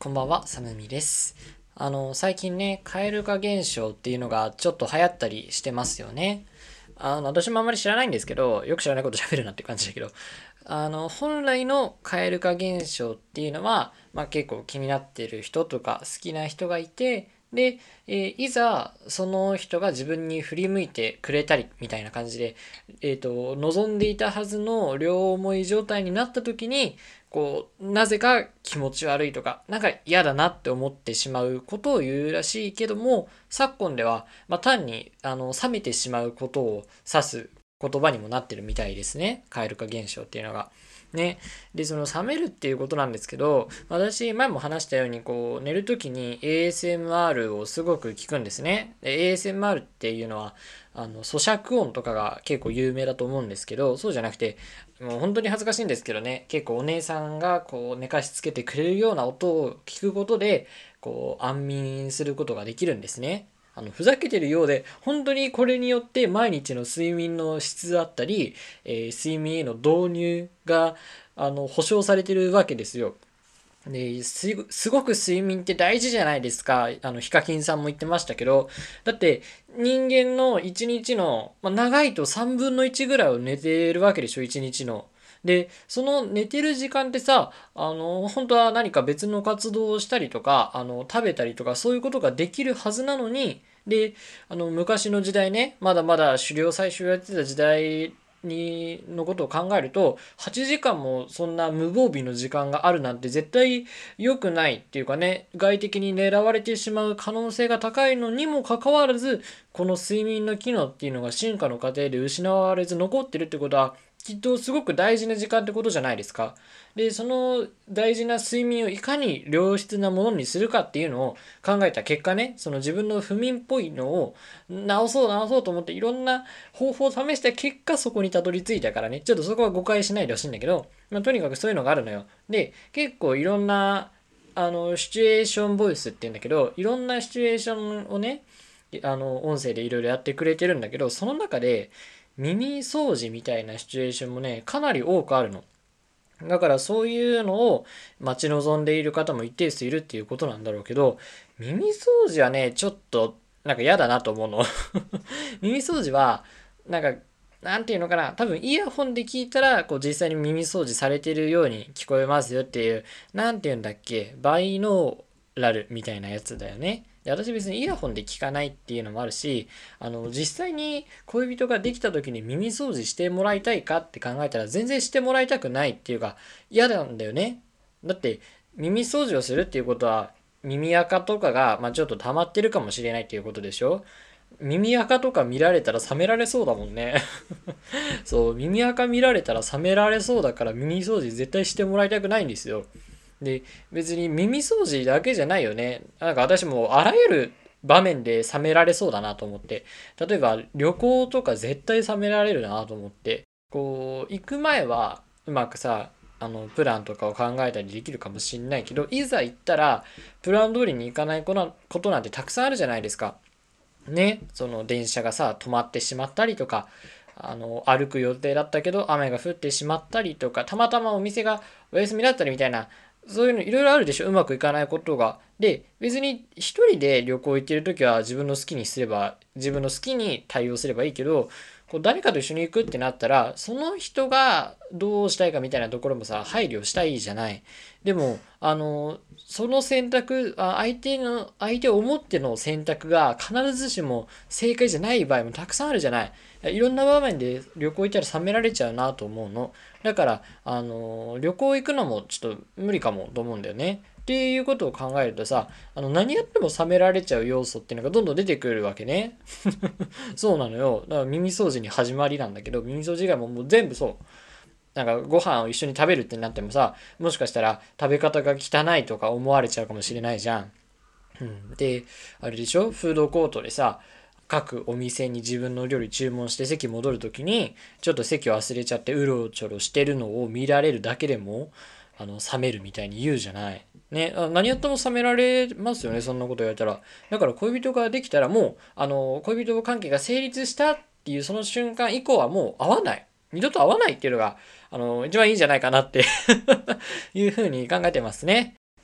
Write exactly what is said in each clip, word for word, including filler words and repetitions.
こんばんは、サムミです。あの、最近ね、蛙化現象っていうのがちょっと流行ったりしてますよね。あの、私もあんまり知らないんですけど、よく知らないこと喋るなって感じだけど、あの、本来の蛙化現象っていうのは、まあ結構気になってる人とか好きな人がいて、で、えーいざその人が自分に振り向いてくれたりみたいな感じで、えっと、望んでいたはずの両思い状態になった時に、こう、なぜか気持ち悪いとか、なんか嫌だなって思ってしまうことを言うらしいけども、昨今では、まあ、単に、あの、冷めてしまうことを指す言葉にもなってるみたいですね。蛙化現象っていうのが。ね。で、その冷めるっていうことなんですけど、私、前も話したように、こう、寝るときに エーエスエムアール をすごく聞くんですね。で エーエスエムアール っていうのは、あの、咀嚼音とかが結構有名だと思うんですけど、そうじゃなくて、もう本当に恥ずかしいんですけどね、結構お姉さんがこう寝かしつけてくれるような音を聞くことで、こう安眠することができるんですね。あの、ふざけてるようで、本当にこれによって毎日の睡眠の質だったり、えー睡眠への導入が、あの、保証されてるわけですよ。ですすごく睡眠って大事じゃないですか。あの、ヒカキンさんも言ってましたけど、だって人間のいちにちの、まあ、長いとさんぶんのいちぐらいを寝てるわけでしょ、いちにちの。で、その寝てる時間ってさ、あの、本当は何か別の活動をしたりとか、あの、食べたりとか、そういうことができるはずなのに、で、あの、昔の時代ね、まだまだ狩猟採集やってた時代にのことを考えるとはちじかんもそんな無防備の時間があるなんて絶対良くないっていうかね、外敵に狙われてしまう可能性が高いのにもかかわらず、この睡眠の機能っていうのが進化の過程で失われず残ってるってことは、きっとすごく大事な時間ってことじゃないですか。で、その大事な睡眠をいかに良質なものにするかっていうのを考えた結果ね、その自分の不眠っぽいのを直そう直そうと思っていろんな方法を試した結果そこにたどり着いたからね、ちょっとそこは誤解しないでほしいんだけど、まあ、とにかくそういうのがあるのよ。で、結構いろんな、あの、シチュエーションボイスって言うんだけど、いろんなシチュエーションをね、あの、音声でいろいろやってくれてるんだけど、その中で、耳掃除みたいなシチュエーションもね、かなり多くあるの。だからそういうのを待ち望んでいる方も一定数いるっていうことなんだろうけど、耳掃除はね、ちょっとなんか嫌だなと思うの。耳掃除は、なんか、なんていうのかな、多分イヤホンで聞いたら、こう実際に耳掃除されてるように聞こえますよっていう、なんていうんだっけ、バイノーラルみたいなやつだよね。で、私別にイヤホンで聞かないっていうのもあるし、あの、実際に恋人ができた時に耳掃除してもらいたいかって考えたら全然してもらいたくないっていうか嫌なんだよね。だって耳掃除をするっていうことは耳垢とかが、まあ、ちょっと溜まってるかもしれないっていうことでしょ。耳垢とか見られたら冷められそうだもんね。そう、耳垢見られたら冷められそうだから耳掃除絶対してもらいたくないんですよ。で、別に耳掃除だけじゃないよね。なんか私もあらゆる場面で冷められそうだなと思って。例えば旅行とか絶対冷められるなと思って。こう、行く前はうまくさ、あの、プランとかを考えたりできるかもしんないけど、いざ行ったら、プラン通りに行かないことなんてたくさんあるじゃないですか。ね、その電車がさ、止まってしまったりとか、あの、歩く予定だったけど雨が降ってしまったりとか、たまたまお店がお休みだったりみたいな、そういうのいろいろあるでしょ、うまくいかないことが。で、別に一人で旅行行ってる時は自分の好きにすれば、自分の好きに対応すればいいけど、こう誰かと一緒に行くってなったら、その人がどうしたいかみたいなところもさ、配慮したいじゃない。でも、あの、その選択、あ相手の、相手を思っての選択が必ずしも正解じゃない場合もたくさんあるじゃない。いろんな場面で旅行行ったら冷められちゃうなと思うの。だから、あの、旅行行くのもちょっと無理かもと思うんだよね。っていうことを考えるとさ、あの、何やっても冷められちゃう要素っていうのがどんどん出てくるわけね。そうなのよ。だから耳掃除に始まりなんだけど、耳掃除以外ももう全部そう。なんかご飯を一緒に食べるってなってもさ、もしかしたら食べ方が汚いとか思われちゃうかもしれないじゃん。うん、で、あれでしょ、フードコートでさ、各お店に自分の料理注文して席戻るときに、ちょっと席忘れちゃってうろちょろしてるのを見られるだけでも、あの、冷めるみたいに言うじゃない。ね、あ何やっても冷められますよね、そんなこと言われたら。だから恋人ができたらもう、あの、恋人関係が成立したっていうその瞬間以降はもう会わない。二度と会わないっていうのが、あの、一番いいんじゃないかなっていうふうに考えてますね。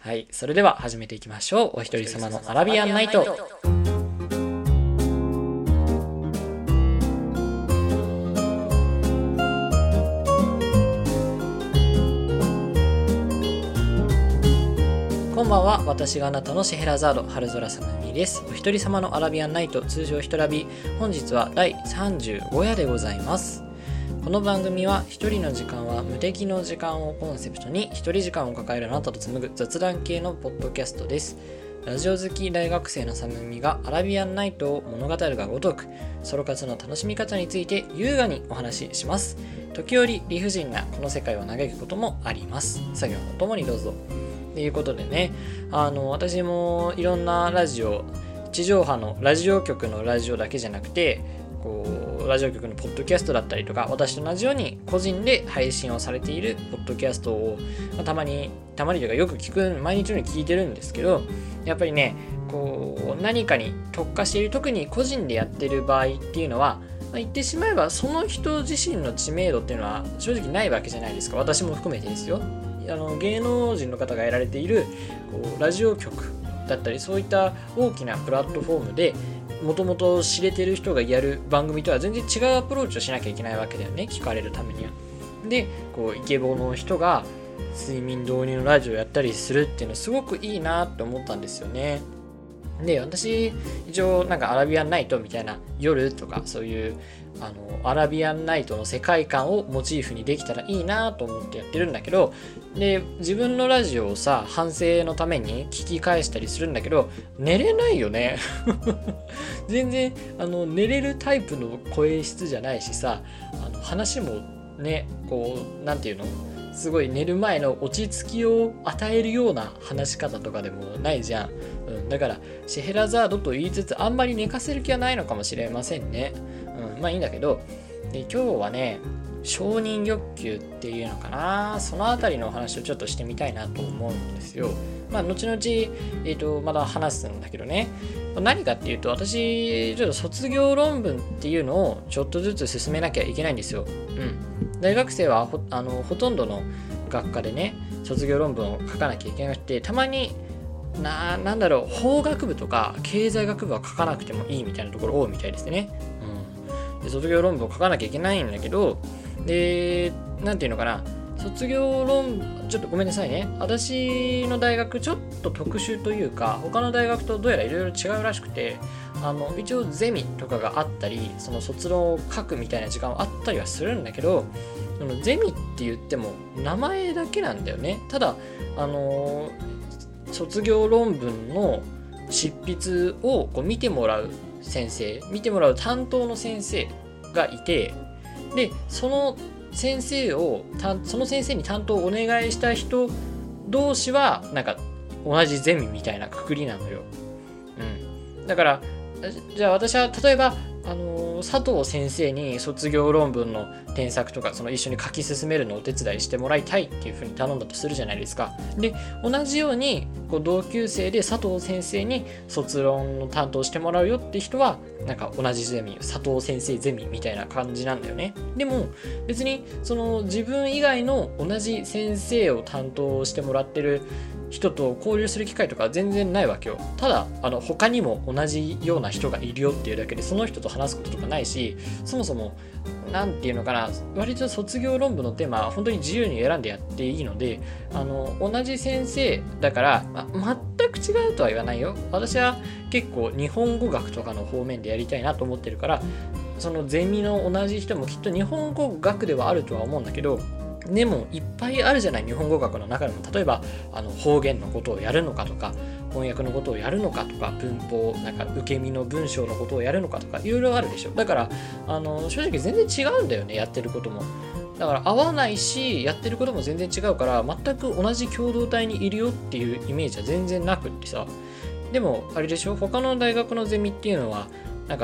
はい、それでは始めていきましょう。お一人様のアラビアンナイト。こんばんは。私があなたのシェヘラザード、春空さなみです。お一人様のアラビアンナイト、通称ひとラビ。本日はだいさんじゅうご夜でございます。この番組は一人の時間は無敵の時間をコンセプトに一人時間を抱えるあなたと紡ぐ雑談系のポッドキャストです。ラジオ好き大学生のさむみがアラビアンナイトを物語るがごとくソロ活の楽しみ方について優雅にお話しします。時折理不尽なこの世界を嘆くこともあります。作業のともにどうぞ。ということでね、あの私もいろんなラジオ、地上波のラジオ局のラジオだけじゃなくて、こうラジオ局のポッドキャストだったりとか、私と同じように個人で配信をされているポッドキャストを、まあ、たまにたまにというかよく聞く、毎日のように聞いてるんですけど、やっぱりね、こう何かに特化している、特に個人でやってる場合っていうのは、まあ、言ってしまえばその人自身の知名度っていうのは正直ないわけじゃないですか。私も含めてですよ。あの芸能人の方がやられているこうラジオ局だったり、そういった大きなプラットフォームでもともと知れてる人がやる番組とは全然違うアプローチをしなきゃいけないわけだよね、聞かれるためには。で、こうイケボの人が睡眠導入のラジオやったりするっていうのすごくいいなって思ったんですよね。で、私一応なんかアラビアンナイトみたいな夜とかそういうあのアラビアンナイトの世界観をモチーフにできたらいいなと思ってやってるんだけど、で自分のラジオをさ、反省のために聞き返したりするんだけど、寝れないよね全然あの寝れるタイプの声質じゃないしさ、あの話もね、こうなんていうの、すごい寝る前の落ち着きを与えるような話し方とかでもないじゃん、うん、だからシェヘラザードと言いつつあんまり寝かせる気はないのかもしれませんね、うん、まあいいんだけど、で今日はね、承認欲求っていうのかな、そのあたりのお話をちょっとしてみたいなと思うんですよ。まあ後々、えーと、まだ話すんだけどね、何かっていうと、私ちょっと卒業論文っていうのをちょっとずつ進めなきゃいけないんですよ。うん、大学生は ほ, あのほとんどの学科でね、卒業論文を書かなきゃいけなくて、たまにな、なんだろう、法学部とか経済学部は書かなくてもいいみたいなところ多いみたいですね。うん、で卒業論文を書かなきゃいけないんだけど、で、なんていうのかな、卒業論、ちょっとごめんなさいね。私の大学ちょっと特殊というか、他の大学とどうやらいろいろ違うらしくて、あの一応ゼミとかがあったり、その卒論を書くみたいな時間はあったりはするんだけど、そのゼミって言っても名前だけなんだよね。ただ、あのー、卒業論文の執筆をこう見てもらう先生、見てもらう担当の先生がいて、で、その先生をその先生に担当をお願いした人同士はなんか同じゼミみたいなくくりなのよ。うん、だからじゃあ私は例えばあの佐藤先生に卒業論文の添削とかその一緒に書き進めるのをお手伝いしてもらいたいっていうふうに頼んだとするじゃないですか。で、同じようにこう同級生で佐藤先生に卒論の担当してもらうよって人はなんか同じゼミ、佐藤先生ゼミみたいな感じなんだよね。でも別にその自分以外の同じ先生を担当してもらってる人と交流する機会とか全然ないわけよ。ただあの他にも同じような人がいるよっていうだけでその人と話すこととかないし、そもそもなんていうのかな、割と卒業論文のテーマは本当に自由に選んでやっていいので、あの同じ先生だから、ま、全く違うとは言わないよ。私は結構日本語学とかの方面でやりたいなと思ってるから、そのゼミの同じ人もきっと日本語学ではあるとは思うんだけど、でもいっぱいあるじゃない、日本語学の中でも。例えばあの方言のことをやるのかとか、翻訳のことをやるのかとか、文法なんか受け身の文章のことをやるのかとか、いろいろあるでしょ。だからあの正直全然違うんだよね、やってることも。だから合わないし、やってることも全然違うから、全く同じ共同体にいるよっていうイメージは全然なくってさ。でもあれでしょ、他の大学のゼミっていうのはなんか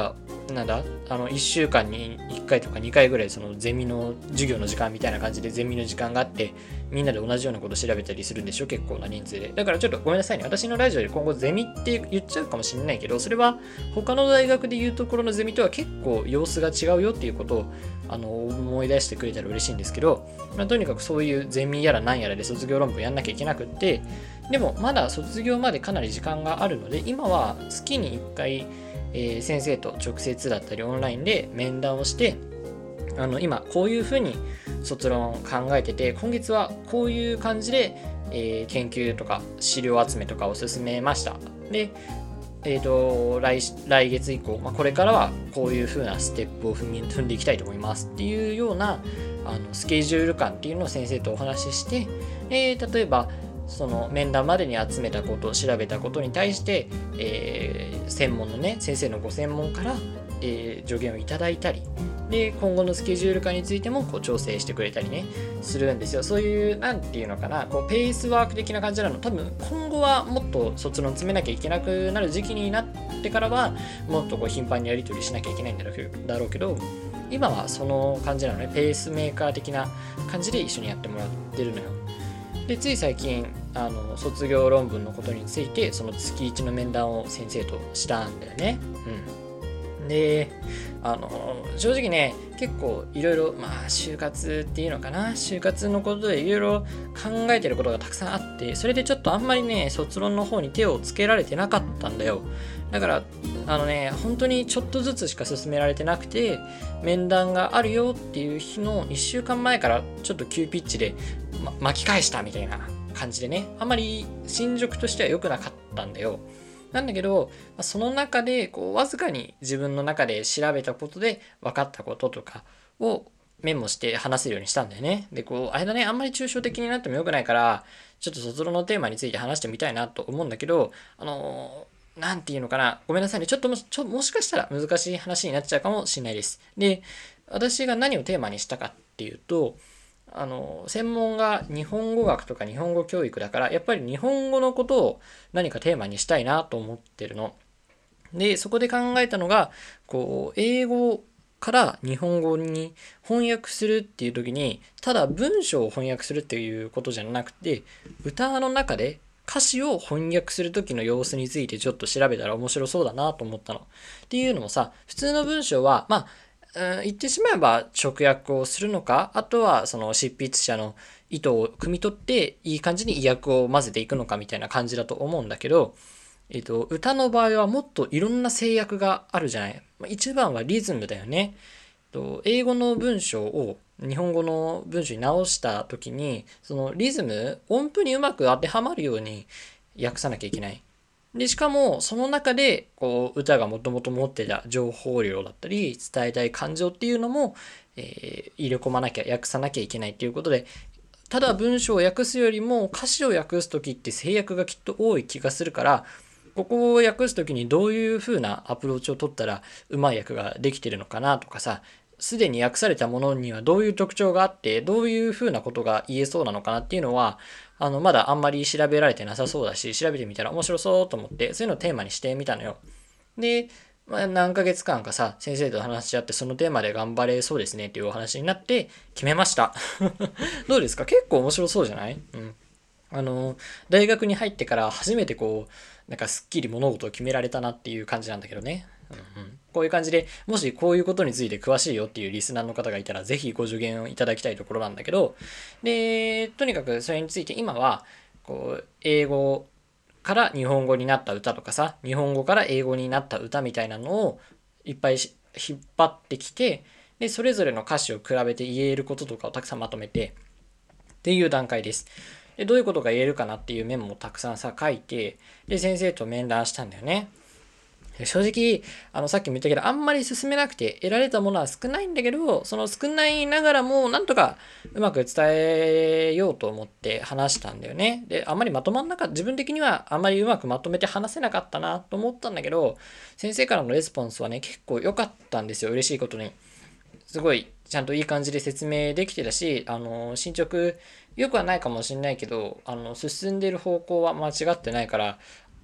なんだあのいっしゅうかんにいっかいとかにかいぐらいそのゼミの授業の時間みたいな感じでゼミの時間があってみんなで同じようなこと調べたりするんでしょ、結構な人数で。だからちょっとごめんなさいね、私のラジオで今後ゼミって言っちゃうかもしれないけど、それは他の大学で言うところのゼミとは結構様子が違うよっていうことをあの思い出してくれたら嬉しいんですけど、まあ、とにかくそういうゼミやら何やらで卒業論文やんなきゃいけなくって、でもまだ卒業までかなり時間があるので、今は月にいっかいえー、先生と直接だったりオンラインで面談をして、あの今こういうふうに卒論考えてて、今月はこういう感じで、えー、研究とか資料集めとかを進めました。で、えーと、来, 来月以降、まあ、これからはこういうふうなステップを踏み踏んでいきたいと思いますっていうようなあのスケジュール感っていうのを先生とお話しして、えー、例えばその面談までに集めたこと、調べたことに対して、えー、専門のね、先生のご専門から、えー、助言をいただいたり、で、今後のスケジュール化についてもこう調整してくれたりね、するんですよ。そういう、なんていうのかな、こうペースワーク的な感じなの。多分、今後はもっと卒論詰めなきゃいけなくなる時期になってからは、もっとこう頻繁にやり取りしなきゃいけないんだろうけど、今はその感じなのね。ペースメーカー的な感じで一緒にやってもらってるのよ。で、つい最近あの卒業論文のことについてその月いちの面談を先生としたんだよね。うん、で、あの正直ね、結構いろいろまあ就活っていうのかな、就活のことでいろいろ考えてることがたくさんあって、それでちょっとあんまりね卒論の方に手をつけられてなかったんだよ。だからあのね、本当にちょっとずつしか進められてなくて、面談があるよっていう日のいっしゅうかんまえからちょっと急ピッチで、ま、巻き返したみたいな感じでね、あんまり進捗としては良くなかったんだよ。なんだけど、その中でこうわずかに自分の中で調べたことで分かったこととかをメモして話せるようにしたんだよね。で、こう、あれだね、あんまり抽象的になっても良くないから、ちょっと卒論のテーマについて話してみたいなと思うんだけど、あのーなんていうのかな。ごめんなさいね。ちょっとも、ちょ、もしかしたら難しい話になっちゃうかもしれないです。で、私が何をテーマにしたかっていうと、あの、専門が日本語学とか日本語教育だから、やっぱり日本語のことを何かテーマにしたいなと思ってるの。で、そこで考えたのが、こう、英語から日本語に翻訳するっていう時に、ただ文章を翻訳するっていうことじゃなくて、歌の中で歌詞を翻訳する時の様子についてちょっと調べたら面白そうだなと思ったの。っていうのもさ、普通の文章は、まあ、うん、言ってしまえば直訳をするのか、あとはその執筆者の意図を汲み取っていい感じに意訳を混ぜていくのかみたいな感じだと思うんだけど、えっと、歌の場合はもっといろんな制約があるじゃない。一番はリズムだよね。英語の文章を日本語の文章に直した時に、そのリズム、音符にうまく当てはまるように訳さなきゃいけない。で、しかもその中でこう歌がもともと持ってた情報量だったり伝えたい感情っていうのも、えー、入れ込まなきゃ、訳さなきゃいけないっていうことで、ただ文章を訳すよりも歌詞を訳す時って制約がきっと多い気がするから、ここを訳す時にどういう風なアプローチを取ったらうまい訳ができてるのかなとかさ、すでに訳されたものにはどういう特徴があって、どういう風なことが言えそうなのかなっていうのは、あの、まだあんまり調べられてなさそうだし、調べてみたら面白そうと思って、そういうのをテーマにしてみたのよ。で、まあ、何ヶ月間かさ、先生と話し合って、そのテーマで頑張れそうですねっていうお話になって決めました。どうですか？結構面白そうじゃない？うん。あの、大学に入ってから初めてこう、なんかすっきり物事を決められたなっていう感じなんだけどね。うんうん、こういう感じで、もしこういうことについて詳しいよっていうリスナーの方がいたら、ぜひご助言をいただきたいところなんだけど、で、とにかくそれについて今は、こう、英語から日本語になった歌とかさ、日本語から英語になった歌みたいなのをいっぱい引っ張ってきて、で、それぞれの歌詞を比べて言えることとかをたくさんまとめて、っていう段階です。で、どういうことが言えるかなっていうメモをたくさんさ、書いて、で、先生と面談したんだよね。正直、あの、さっきも言ったけど、あんまり進めなくて、得られたものは少ないんだけど、その少ないながらも、なんとかうまく伝えようと思って話したんだよね。で、あんまりまとまんなかった、自分的にはあんまりうまくまとめて話せなかったなと思ったんだけど、先生からのレスポンスはね、結構良かったんですよ、嬉しいことに。すごい、ちゃんといい感じで説明できてたし、あの、進捗、良くはないかもしれないけど、あの、進んでる方向は間違ってないから、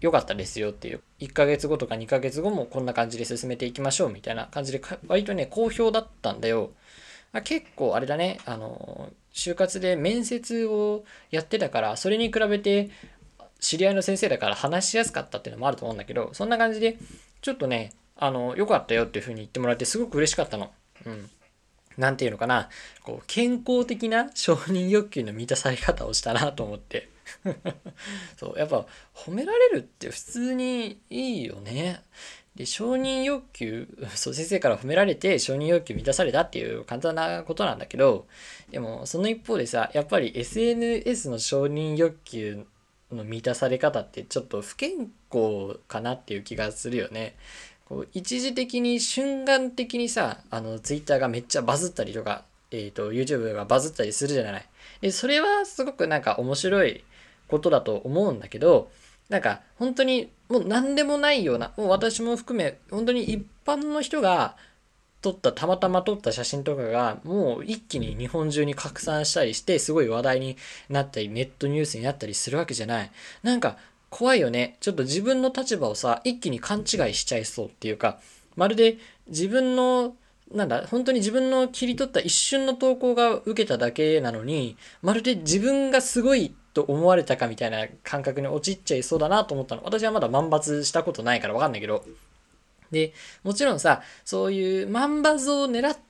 良かったですよっていう、いっかげつごとかにかげつごもこんな感じで進めていきましょうみたいな感じで、割とね、好評だったんだよ。結構あれだね、あの、就活で面接をやってたから、それに比べて知り合いの先生だから話しやすかったっていうのもあると思うんだけど、そんな感じで、ちょっとね、あの、良かったよっていう風に言ってもらえてすごく嬉しかったの。うん。なんていうのかな、こう、健康的な承認欲求の満たされ方をしたなと思って。そう、やっぱ褒められるって普通にいいよね。で、承認欲求、そう、先生から褒められて承認欲求満たされたっていう簡単なことなんだけど、でもその一方でさ、やっぱり エスエヌエス の承認欲求の満たされ方ってちょっと不健康かなっていう気がするよね。こう一時的に瞬間的にさ、あの Twitter がめっちゃバズったりとか、えっ、と YouTube がバズったりするじゃない。で、それはすごくなんか面白いことだと思うんだけど、なんか本当にもう何でもないような、もう私も含め本当に一般の人が撮った、たまたま撮った写真とかがもう一気に日本中に拡散したりしてすごい話題になったりネットニュースになったりするわけじゃない。なんか怖いよね。ちょっと自分の立場をさ、一気に勘違いしちゃいそうっていうか、まるで自分のなんだ、本当に自分の切り取った一瞬の投稿が受けただけなのに、まるで自分がすごいと思われたかみたいな感覚に陥っちゃいそうだなと思ったの。私はまだ万抜したことないからわかんないけど。で、もちろんさ、そういう万抜を狙って、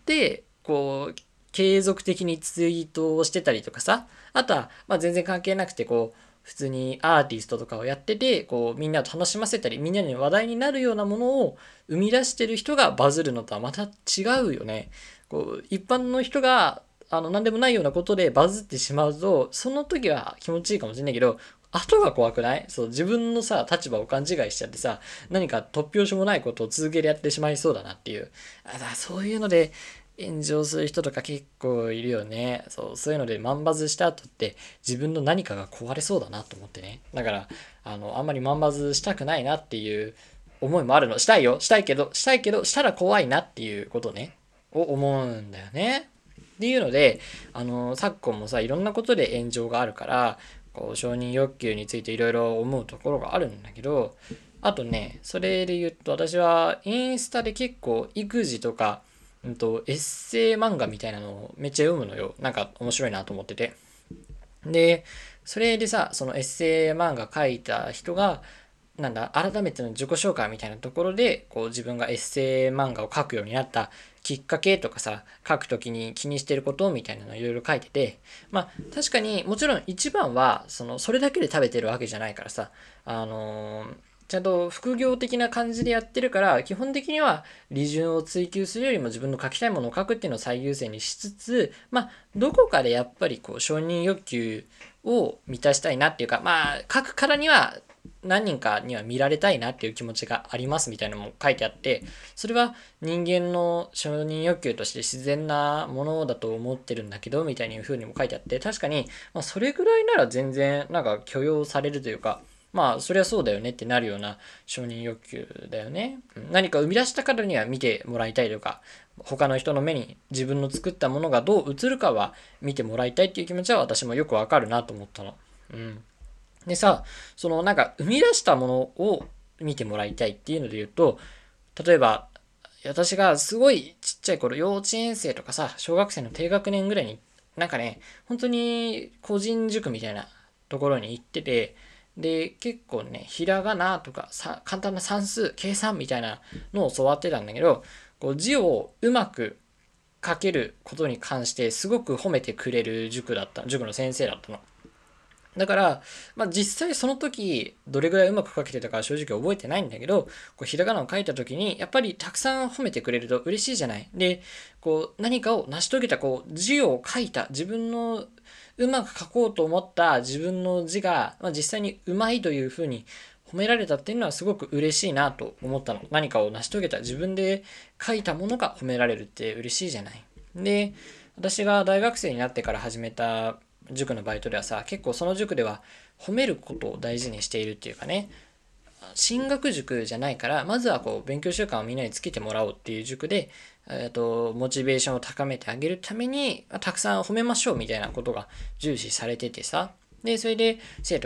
こう、継続的にツイートをしてたりとかさ、あとは、まあ全然関係なくて、こう、普通にアーティストとかをやってて、こう、みんなを楽しませたり、みんなに話題になるようなものを生み出してる人がバズるのとはまた違うよね。こう、一般の人が、あの、なんでもないようなことでバズってしまうと、その時は気持ちいいかもしれないけど、後が怖くない？そう、自分のさ、立場を勘違いしちゃってさ、何か突拍子もないことを続けてやってしまいそうだなっていう。あだそういうので炎上する人とか結構いるよね。そう、そういうので万バズした後って自分の何かが壊れそうだなと思ってね。だから、あの、あんまり万バズしたくないなっていう思いもあるの。したいよ。したいけど、したいけど、したら怖いなっていうことね。を思うんだよね。っていうので、あの、昨今もさ、いろんなことで炎上があるから、こう承認欲求についていろいろ思うところがあるんだけど、あとね、それで言うと私はインスタで結構育児とか、うんと、エッセイ漫画みたいなのをめっちゃ読むのよ。なんか面白いなと思ってて。で、それでさ、そのエッセイ漫画書いた人が、なんだ、改めての自己紹介みたいなところで、こう自分がエッセイ漫画を書くようになったきっかけとかさ、書くときに気にしてることみたいなのをいろいろ書いてて、まあ確かにもちろん一番は、その、それだけで食べてるわけじゃないからさ、あのーちゃんと副業的な感じでやってるから、基本的には利潤を追求するよりも自分の書きたいものを書くっていうのを最優先にしつつ、まあ、どこかでやっぱりこう承認欲求を満たしたいなっていうか、まあ、書くからには何人かには見られたいなっていう気持ちがありますみたいなのも書いてあって、それは人間の承認欲求として自然なものだと思ってるんだけど、みたいな風にも書いてあって、確かに、まあ、それぐらいなら全然なんか許容されるというか、まあ、そりゃそうだよねってなるような承認欲求だよね。何か生み出したからには見てもらいたいとか、他の人の目に自分の作ったものがどう映るかは見てもらいたいっていう気持ちは私もよくわかるなと思ったの。うん。でさ、そのなんか生み出したものを見てもらいたいっていうので言うと、例えば、私がすごいちっちゃい頃、幼稚園生とかさ、小学生の低学年ぐらいに、なんかね、本当に個人塾みたいなところに行ってて、で、結構ね、ひらがなとかさ、簡単な算数、計算みたいなのを教わってたんだけど、こう字をうまく書けることに関してすごく褒めてくれる塾だった、塾の先生だったの。だから、まあ、実際その時、どれぐらいうまく書けてたか正直覚えてないんだけど、こうひらがなを書いた時に、やっぱりたくさん褒めてくれると嬉しいじゃない。で、こう何かを成し遂げた、こう字を書いた、自分のうまく書こうと思った自分の字が、まあ、実際にうまいというふうに褒められたっていうのはすごく嬉しいなと思ったの。何かを成し遂げた、自分で書いたものが褒められるって嬉しいじゃない。で、私が大学生になってから始めた塾のバイトではさ、結構その塾では褒めることを大事にしているっていうかね、進学塾じゃないから、まずはこう勉強習慣をみんなにつけてもらおうっていう塾で、えっと、モチベーションを高めてあげるために、たくさん褒めましょうみたいなことが重視されててさ、で、それで生徒が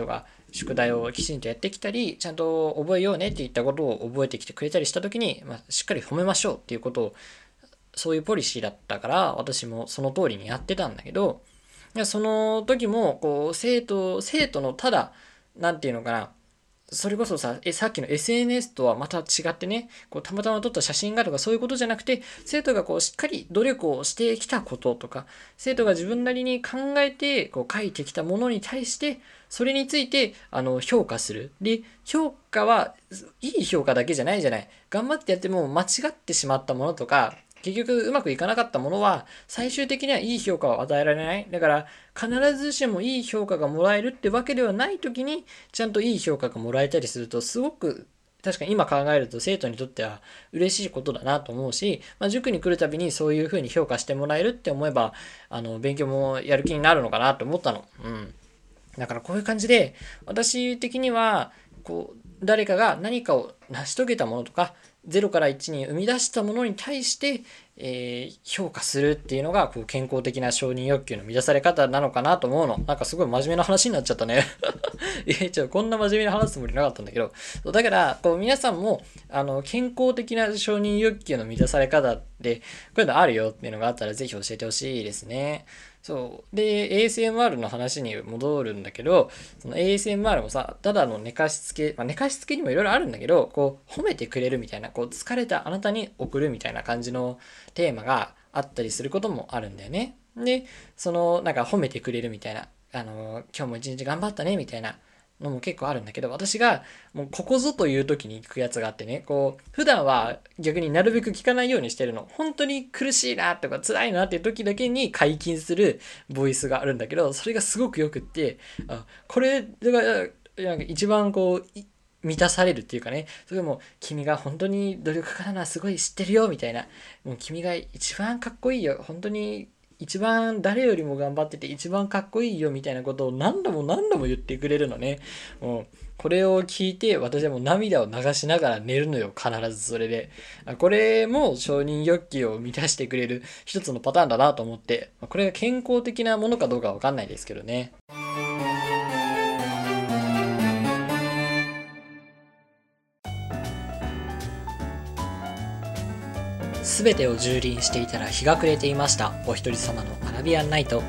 宿題をきちんとやってきたり、ちゃんと覚えようねって言ったことを覚えてきてくれたりした時に、まあ、しっかり褒めましょうっていうことを、そういうポリシーだったから、私もその通りにやってたんだけど、その時もこう生徒生徒のただなんていうのかな、それこそさ、え、さっきの エスエヌエス とはまた違ってね、こうたまたま撮った写真がとかそういうことじゃなくて、生徒がこうしっかり努力をしてきたこととか、生徒が自分なりに考えてこう書いてきたものに対して、それについてあの評価する。で、評価はいい評価だけじゃないじゃない。頑張ってやっても間違ってしまったものとか、結局うまくいかなかったものは最終的にはいい評価を与えられない。だから必ずしもいい評価がもらえるってわけではない時にちゃんといい評価がもらえたりするとすごく確かに今考えると生徒にとっては嬉しいことだなと思うし、まあ、塾に来るたびにそういうふうに評価してもらえるって思えばあの勉強もやる気になるのかなと思ったの。うん。だからこういう感じで私的にはこう誰かが何かを成し遂げたものとかゼロからいちに生み出したものに対して、えー、評価するっていうのがこう健康的な承認欲求の満たされ方なのかなと思うの。なんかすごい真面目な話になっちゃったね。いや、ちょ、こんな真面目に話すつもりなかったんだけど。だから、こう皆さんもあの健康的な承認欲求の満たされ方で、こういうのあるよっていうのがあったらぜひ教えてほしいですね。そう。で、エーエスエムアール の話に戻るんだけど、その エーエスエムアール もさ、ただの寝かしつけ、まあ、寝かしつけにもいろいろあるんだけど、こう、褒めてくれるみたいな、こう、疲れたあなたに送るみたいな感じのテーマがあったりすることもあるんだよね。で、その、なんか褒めてくれるみたいな、あの、今日も一日頑張ったね、みたいなのも結構あるんだけど、私がもうここぞという時に聞くやつがあってね、こう、普段は逆になるべく聞かないようにしてるの。本当に苦しいなとか辛いなっていう時だけに解禁するボイスがあるんだけど、それがすごくよくって、あ、これがなんか一番こう、満たされるっていうかね、それも君が本当に努力家だな、すごい知ってるよみたいな、もう君が一番かっこいいよ、本当に一番誰よりも頑張ってて一番かっこいいよみたいなことを何度も何度も言ってくれるのね。もうこれを聞いて私はもう涙を流しながら寝るのよ、必ずそれで。これも承認欲求を満たしてくれる一つのパターンだなと思って、これが健康的なものかどうかわかんないですけどね。すべてを蹂躙していたら日が暮れていました。お一人様のアラビアンナイト。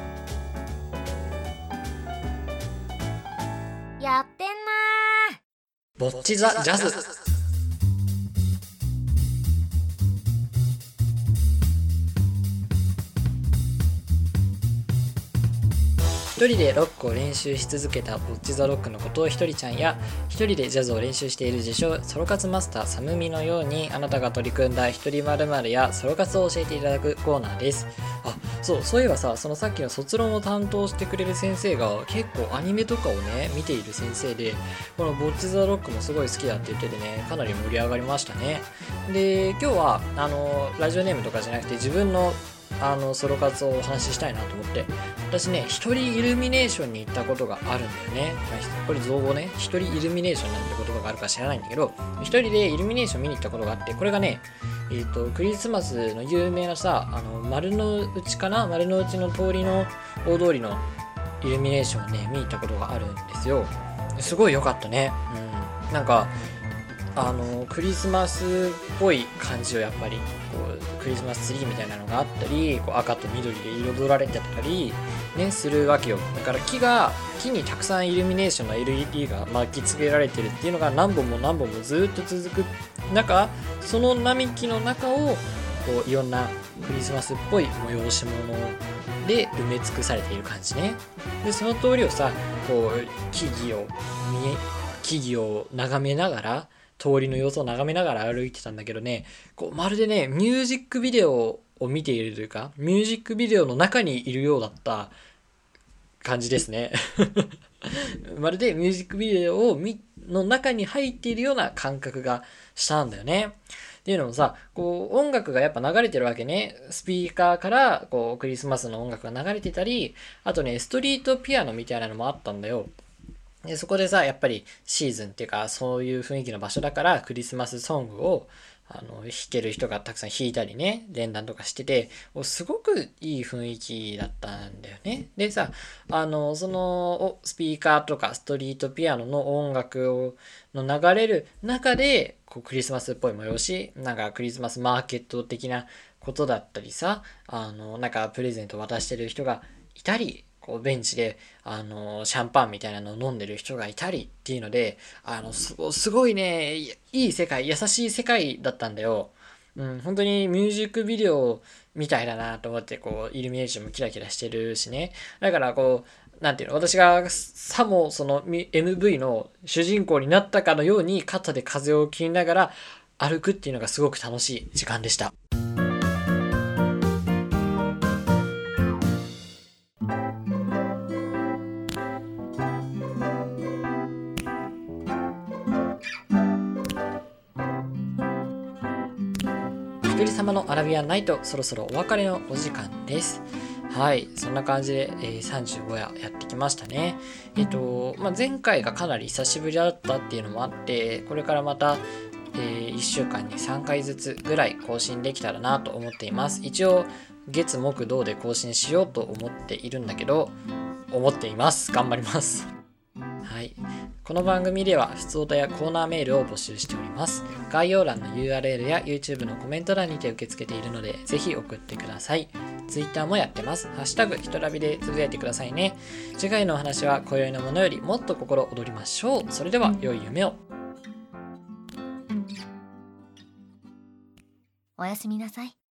やってんなー。 ぼっちザ・ジャズ。一人でロックを練習し続けたボッチザロックのことをひとりちゃんや、一人でジャズを練習している自称ソロ活マスターサムミのように、あなたが取り組んだ一人〇〇やソロ活を教えていただくコーナーです。あ、そう、そういえばさ、そのさっきの卒論を担当してくれる先生が結構アニメとかをね、見ている先生で、このボッチザロックもすごい好きだって言っててね、かなり盛り上がりましたね。で、今日は、あの、ラジオネームとかじゃなくて自分のあのソロ活をお話ししたいなと思って、私ね、一人イルミネーションに行ったことがあるんだよね。これ造語ね、一人イルミネーションなんて言葉があるか知らないんだけど、一人でイルミネーション見に行ったことがあって、これがね、えーと、クリスマスの有名なさ、あの丸の内かな、丸の内の通りの大通りのイルミネーションをね、見に行ったことがあるんですよ。すごい良かったね。うん、なんかあのクリスマスっぽい感じをやっぱりこうクリスマスツリーみたいなのがあったり、こう赤と緑で彩られてたり、ね、するわけよ。だから木が木にたくさんイルミネーションの エルイーディー が巻きつけられてるっていうのが何本も何本もずっと続く中、その並木の中をこういろんなクリスマスっぽい催し物で埋め尽くされている感じね。でその通りをさ、こう木々を見木々を眺めながら、通りの様子を眺めながら歩いてたんだけどね、こうまるでねミュージックビデオを見ているというか、ミュージックビデオの中にいるようだった感じですね。まるでミュージックビデオをみの中に入っているような感覚がしたんだよね。っていうのもさ、こう音楽がやっぱ流れてるわけね。スピーカーからこうクリスマスの音楽が流れてたり、あとねストリートピアノみたいなのもあったんだよ。でそこでさ、やっぱりシーズンっていうかそういう雰囲気の場所だからクリスマスソングをあの弾ける人がたくさん弾いたりね、連弾とかしてて、すごくいい雰囲気だったんだよね。でさ、あのそのスピーカーとかストリートピアノの音楽をの流れる中でこうクリスマスっぽい催し、なんかクリスマスマーケット的なことだったりさ、あのなんかプレゼント渡してる人がいたり、こうベンチであのシャンパンみたいなのを飲んでる人がいたりっていうので、あのすすごいね、いい世界、優しい世界だったんだよ。うん、本当にミュージックビデオみたいだなと思って、こうイルミネーションもキラキラしてるしね。だからこうなんていうの、私がさもその エムブイ の主人公になったかのように肩で風を切りながら歩くっていうのがすごく楽しい時間でした。ひとり様のアラビアンナイト、そろそろお別れのお時間です。はい、そんな感じで、えー、さんじゅうご夜やってきましたね。えっ、と、まあ、前回がかなり久しぶりだったっていうのもあって、これからまた、えー、いっしゅうかんにさんかいずつぐらい更新できたらなと思っています。一応、月木土で更新しようと思っているんだけど、思っています。頑張ります。はい。この番組では普通歌やコーナーメールを募集しております。概要欄の ユーアールエル や YouTube のコメント欄にて受け付けているので、ぜひ送ってください。Twitter もやってます。ハッシュタグひとらびでつぶやいてくださいね。次回のお話は今宵のものよりもっと心躍りましょう。それでは良い夢を。 おやすみなさい。